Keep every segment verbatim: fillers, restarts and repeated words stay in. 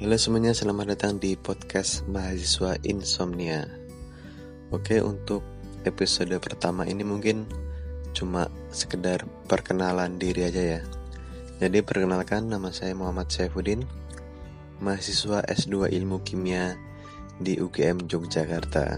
Halo semuanya, selamat datang di podcast Mahasiswa Insomnia. Oke, untuk episode pertama ini mungkin cuma sekedar perkenalan diri aja ya. Jadi perkenalkan, nama saya Muhammad Saifuddin, mahasiswa S dua Ilmu Kimia di U G M Yogyakarta.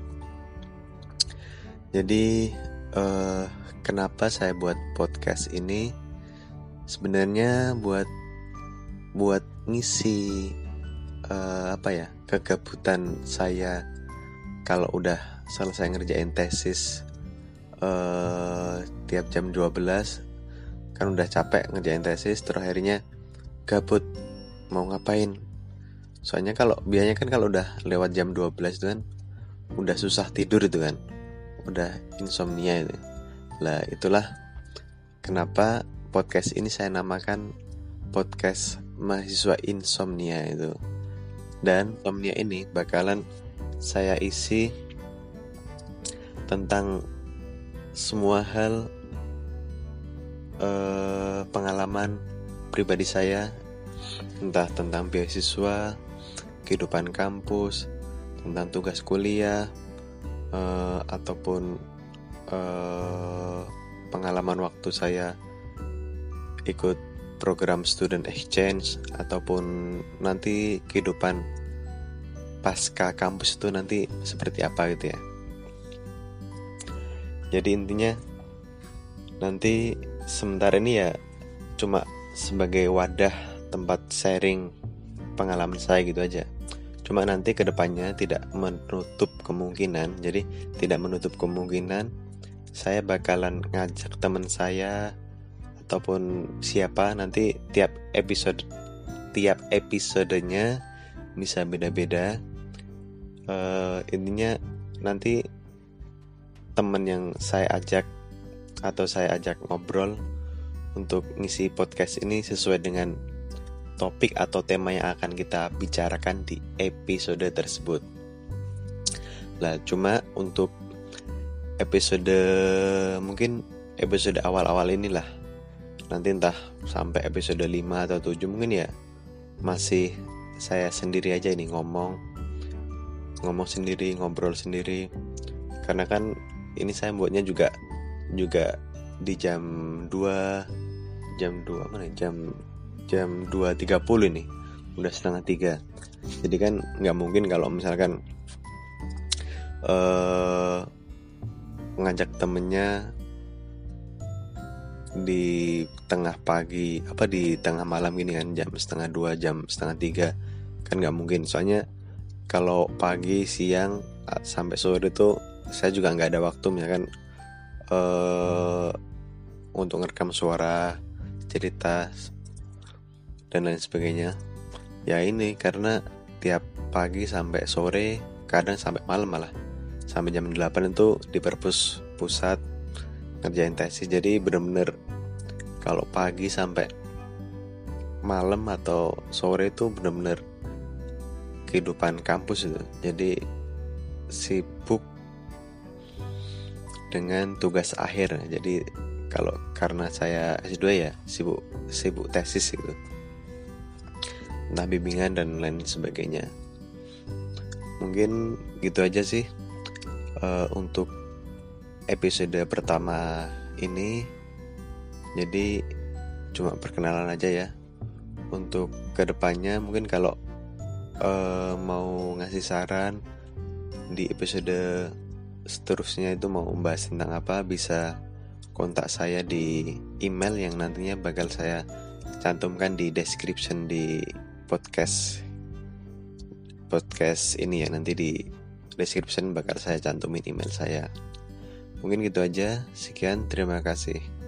Jadi eh, kenapa saya buat podcast ini? Sebenarnya buat buat ngisi uh, apa ya kegabutan saya kalau udah selesai ngerjain tesis uh, tiap jam dua belas, kan udah capek ngerjain tesis, terus akhirnya gabut mau ngapain. Soalnya kalau biasanya kan kalau udah lewat jam dua belas itu kan udah susah tidur itu kan, udah insomnia itu. Lah itulah kenapa podcast ini saya namakan podcast Mahasiswa Insomnia itu. Dan insomnia ini bakalan saya isi tentang semua hal eh, pengalaman pribadi saya, entah tentang beasiswa, kehidupan kampus, tentang tugas kuliah, eh, ataupun eh, pengalaman waktu saya ikut program student exchange, ataupun nanti kehidupan pasca kampus itu nanti seperti apa gitu ya. Jadi intinya nanti sementara ini ya cuma sebagai wadah tempat sharing pengalaman saya gitu aja. Cuma nanti kedepannya tidak menutup kemungkinan, jadi tidak menutup kemungkinan saya bakalan ngajak teman saya ataupun siapa nanti tiap episode tiap episodenya bisa beda-beda. Uh, intinya nanti teman yang saya ajak atau saya ajak ngobrol untuk ngisi podcast ini sesuai dengan topik atau tema yang akan kita bicarakan di episode tersebut. Lah cuma untuk episode mungkin episode awal-awal inilah, nanti entah sampai episode lima atau tujuh mungkin ya masih saya sendiri aja ini ngomong ngomong sendiri, ngobrol sendiri. Karena kan ini saya buatnya juga juga di jam dua jam dua mana jam jam dua tiga puluh nih, udah setengah tiga. Jadi kan nggak mungkin kalau misalkan uh, ngajak temennya di tengah pagi apa di tengah malam gini kan, jam setengah dua jam setengah tiga kan nggak mungkin. Soalnya kalau pagi siang sampai sore itu saya juga nggak ada waktu misalkan uh, untuk ngerekam suara, cerita dan lain sebagainya. Ya ini karena tiap pagi sampai sore, kadang sampai malam malah sampai jam delapan itu di perpus pusat ngerjain tesis. Jadi bener-bener kalau pagi sampai malam atau sore itu bener-bener kehidupan kampus itu. Jadi sibuk dengan tugas akhir. Jadi kalau karena saya S dua ya sibuk sibuk tesis gitu, entah bimbingan dan lain sebagainya. Mungkin gitu aja sih uh, untuk episode pertama ini. Jadi cuma perkenalan aja ya. Untuk kedepannya mungkin kalau uh, mau ngasih saran di episode seterusnya itu mau membahas tentang apa, bisa kontak saya di email yang nantinya bakal saya cantumkan di description di podcast podcast ini ya. Nanti di description bakal saya cantumin email saya. Mungkin gitu aja. Sekian, terima kasih.